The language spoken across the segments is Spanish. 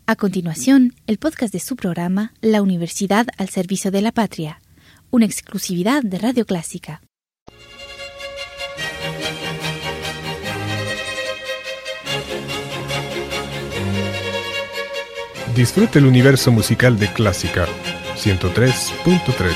A continuación, el podcast de su programa La Universidad al Servicio de la Patria, una exclusividad de Radio Clásica. Disfrute el universo musical de Clásica 103.3.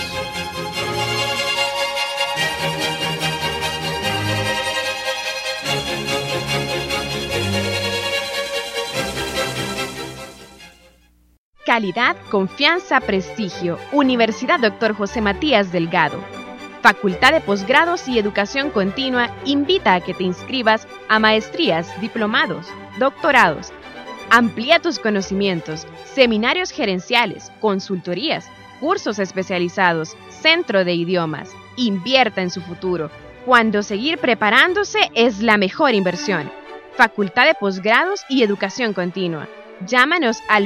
Calidad, confianza, prestigio. Universidad Dr. José Matías Delgado. Facultad de Posgrados y Educación Continua invita a que te inscribas a maestrías, diplomados, doctorados. Amplía tus conocimientos, seminarios gerenciales, consultorías, cursos especializados, centro de idiomas. Invierta en su futuro, cuando seguir preparándose es la mejor inversión. Facultad de Posgrados y Educación Continua. Llámanos al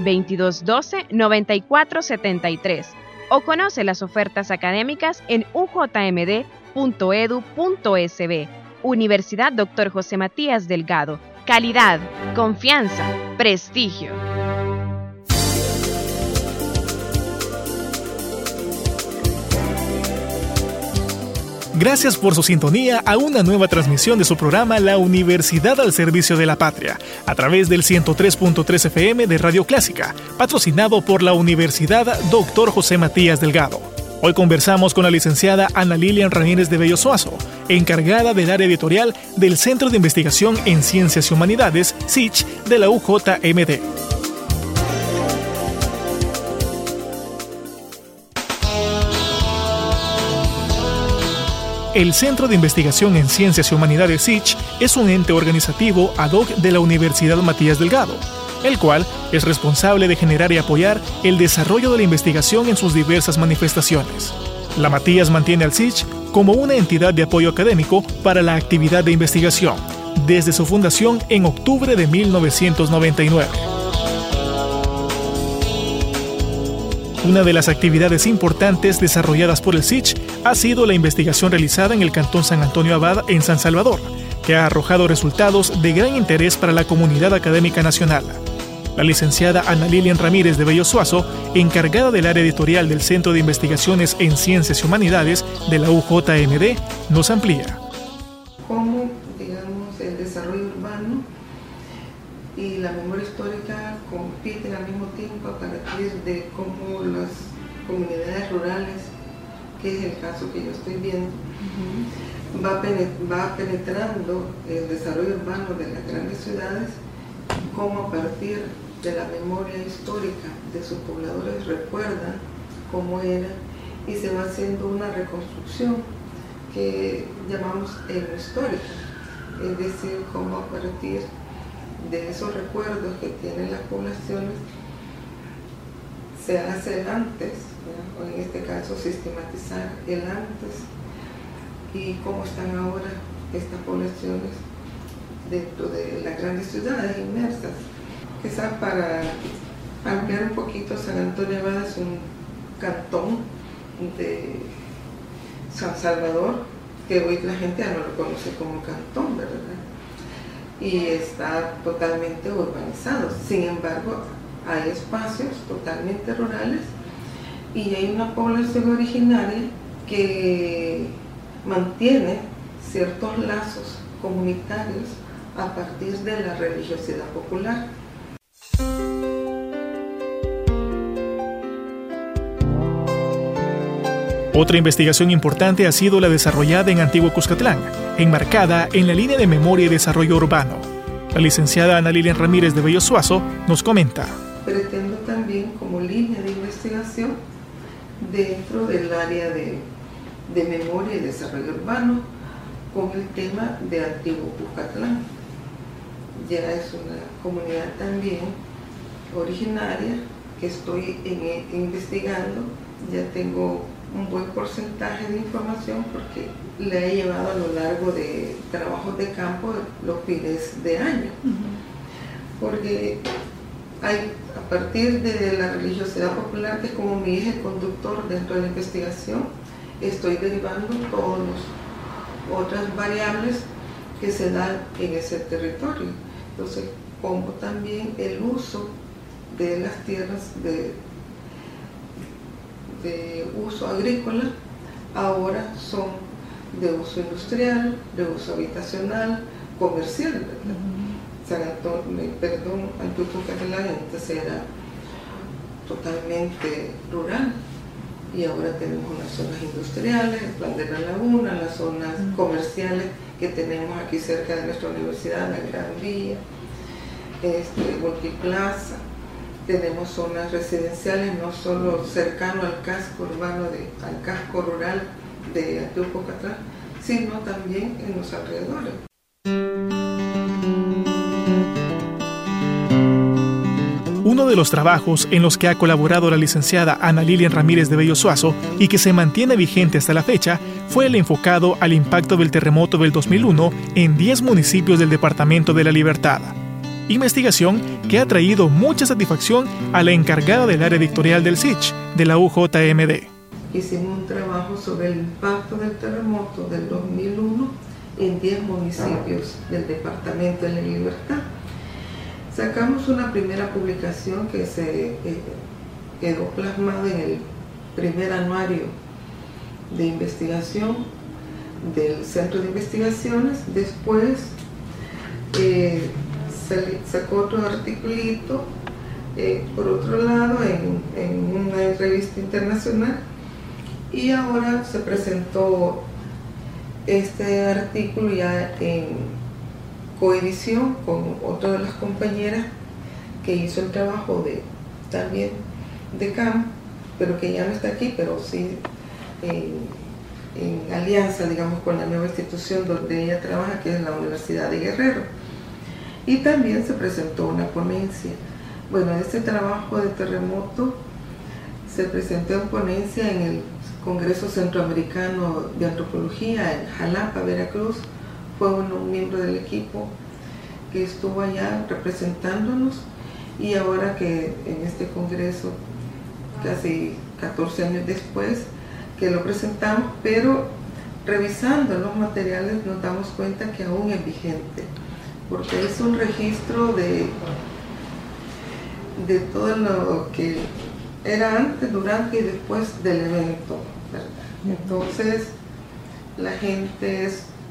2212-9473 o conoce las ofertas académicas en ujmd.edu.sb. Universidad Dr. José Matías Delgado. Calidad, confianza, prestigio. Gracias por su sintonía a una nueva transmisión de su programa La Universidad al Servicio de la Patria, a través del 103.3 FM de Radio Clásica, patrocinado por la Universidad Dr. José Matías Delgado. Hoy conversamos con la licenciada Ana Lilian Ramírez de Bello Suazo, encargada del área editorial del Centro de Investigación en Ciencias y Humanidades, CICH, de la UJMD. El Centro de Investigación en Ciencias y Humanidades CICH es un ente organizativo ad hoc de la Universidad Matías Delgado, el cual es responsable de generar y apoyar el desarrollo de la investigación en sus diversas manifestaciones. La Matías mantiene al CICH como una entidad de apoyo académico para la actividad de investigación, desde su fundación en octubre de 1999. Una de las actividades importantes desarrolladas por el CICH ha sido la investigación realizada en el Cantón San Antonio Abad en San Salvador, que ha arrojado resultados de gran interés para la comunidad académica nacional. La licenciada Ana Lilian Ramírez de Bello Suazo, encargada del área editorial del Centro de Investigaciones en Ciencias y Humanidades de la UJMD, nos amplía. Cómo, el desarrollo urbano y la memoria histórica compiten al mismo tiempo a partir de cómo las comunidades rurales, que es el caso que yo estoy viendo, va penetrando el desarrollo urbano de las grandes ciudades, cómo a partir de la memoria histórica de sus pobladores recuerdan cómo era y se va haciendo una reconstrucción que llamamos etnohistórica, es decir, cómo a partir de esos recuerdos que tienen las poblaciones se hace el antes, o en este caso sistematizar el antes y cómo están ahora estas poblaciones dentro de las grandes ciudades inmersas. Quizás para ampliar un poquito, San Antonio Abad es un cantón de San Salvador que hoy la gente ya no lo conoce como cantón, ¿verdad? Y está totalmente urbanizado. Sin embargo, hay espacios totalmente rurales y hay una población originaria que mantiene ciertos lazos comunitarios a partir de la religiosidad popular. Otra investigación importante ha sido la desarrollada en Antiguo Cuscatlán, enmarcada en la línea de memoria y desarrollo urbano. La licenciada Ana Lilian Ramírez de Bello Suazo nos comenta. Pretendo también como línea de investigación dentro del área de memoria y desarrollo urbano con el tema de Antiguo Cuscatlán. Ya es una comunidad también originaria que estoy investigando, ya tengo un buen porcentaje de información porque la he llevado a lo largo de trabajos de campo los fines de año. Porque hay, a partir de la religiosidad popular, que es como mi eje conductor dentro de la investigación, estoy derivando todas otras variables que se dan en ese territorio. Entonces, como también el uso de las tierras de uso agrícola ahora son de uso industrial, de uso habitacional, comercial, ¿verdad? San Antonio, Antioquia antes era totalmente rural y ahora tenemos unas zonas industriales, el Plan de la Laguna, las zonas comerciales que tenemos aquí cerca de nuestra universidad, la Gran Vía, Multiplaza. Tenemos zonas residenciales no solo cercano al casco urbano, al casco rural de Antioquia, sino también en los alrededores. Uno de los trabajos en los que ha colaborado la licenciada Ana Lilian Ramírez de Bello Suazo y que se mantiene vigente hasta la fecha fue el enfocado al impacto del terremoto del 2001 en 10 municipios del Departamento de la Libertad. Investigación que ha traído mucha satisfacción a la encargada del área editorial del SICH, de la UJMD. Hicimos un trabajo sobre el impacto del terremoto del 2001 en 10 municipios del Departamento de la Libertad. Sacamos una primera publicación que se quedó plasmada en el primer anuario de investigación del Centro de Investigaciones. Después sacó otro articulito, por otro lado, en una revista internacional, y ahora se presentó este artículo ya en coedición con otra de las compañeras que hizo el trabajo también de campo, pero que ya no está aquí, pero sí en alianza, digamos, con la nueva institución donde ella trabaja, que es la Universidad de Guerrero. Y también se presentó una ponencia. Bueno, este trabajo de terremoto se presentó en ponencia en el Congreso Centroamericano de Antropología en Jalapa, Veracruz. Fue un miembro del equipo que estuvo allá representándonos, y ahora que en este congreso, casi 14 años después, que lo presentamos, pero revisando los materiales nos damos cuenta que aún es vigente, porque es un registro de todo lo que era antes, durante y después del evento, ¿verdad? Entonces la gente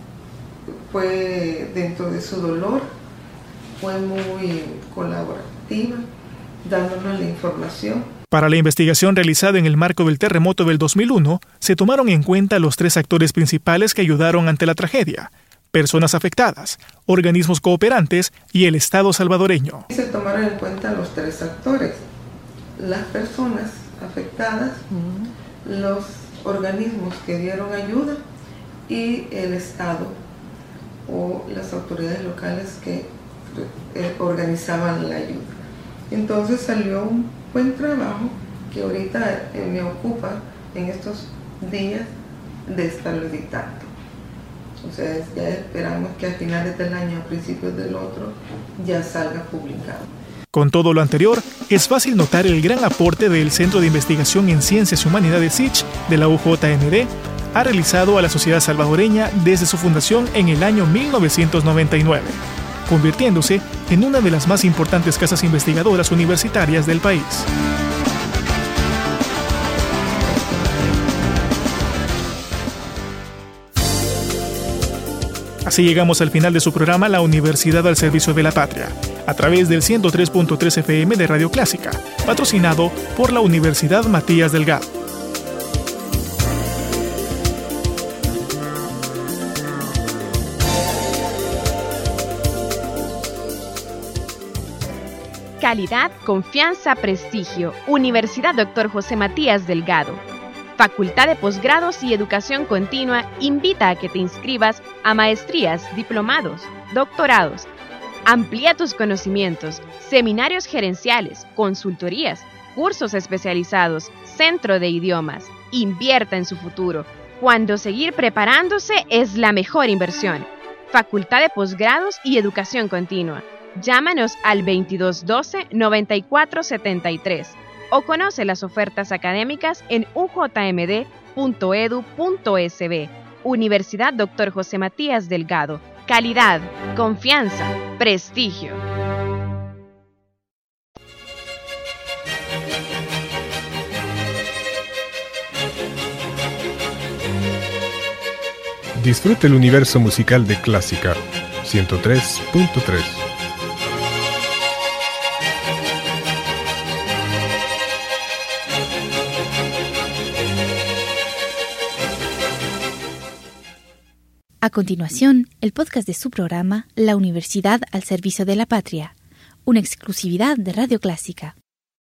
fue, dentro de su dolor, fue muy colaborativa, dándonos la información. Para la investigación realizada en el marco del terremoto del 2001, se tomaron en cuenta los 3 actores principales que ayudaron ante la tragedia: personas afectadas, organismos cooperantes y el Estado salvadoreño. Se tomaron en cuenta los 3 actores: las personas afectadas, los organismos que dieron ayuda y el Estado o las autoridades locales que organizaban la ayuda. Entonces salió un buen trabajo que ahorita me ocupa en estos días de estarlo editando. Entonces ya esperamos que a finales del año, a principios del otro, ya salga publicado. Con todo lo anterior, es fácil notar el gran aporte del Centro de Investigación en Ciencias y Humanidades SICH de la UJMD ha realizado a la sociedad salvadoreña desde su fundación en el año 1999, convirtiéndose en una de las más importantes casas investigadoras universitarias del país. Así llegamos al final de su programa La Universidad al Servicio de la Patria, a través del 103.3 FM de Radio Clásica, patrocinado por la Universidad Matías Delgado. Calidad, confianza, prestigio. Universidad Dr. José Matías Delgado. Facultad de Posgrados y Educación Continua invita a que te inscribas a maestrías, diplomados, doctorados. Amplía tus conocimientos, seminarios gerenciales, consultorías, cursos especializados, centro de idiomas. Invierta en su futuro, cuando seguir preparándose es la mejor inversión. Facultad de Posgrados y Educación Continua. Llámanos al 2212-9473 o conoce las ofertas académicas en ujmd.edu.sb. Universidad Dr. José Matías Delgado. Calidad, confianza, prestigio. Disfrute el universo musical de Clásica 103.3. A continuación, el podcast de su programa La Universidad al Servicio de la Patria, una exclusividad de Radio Clásica.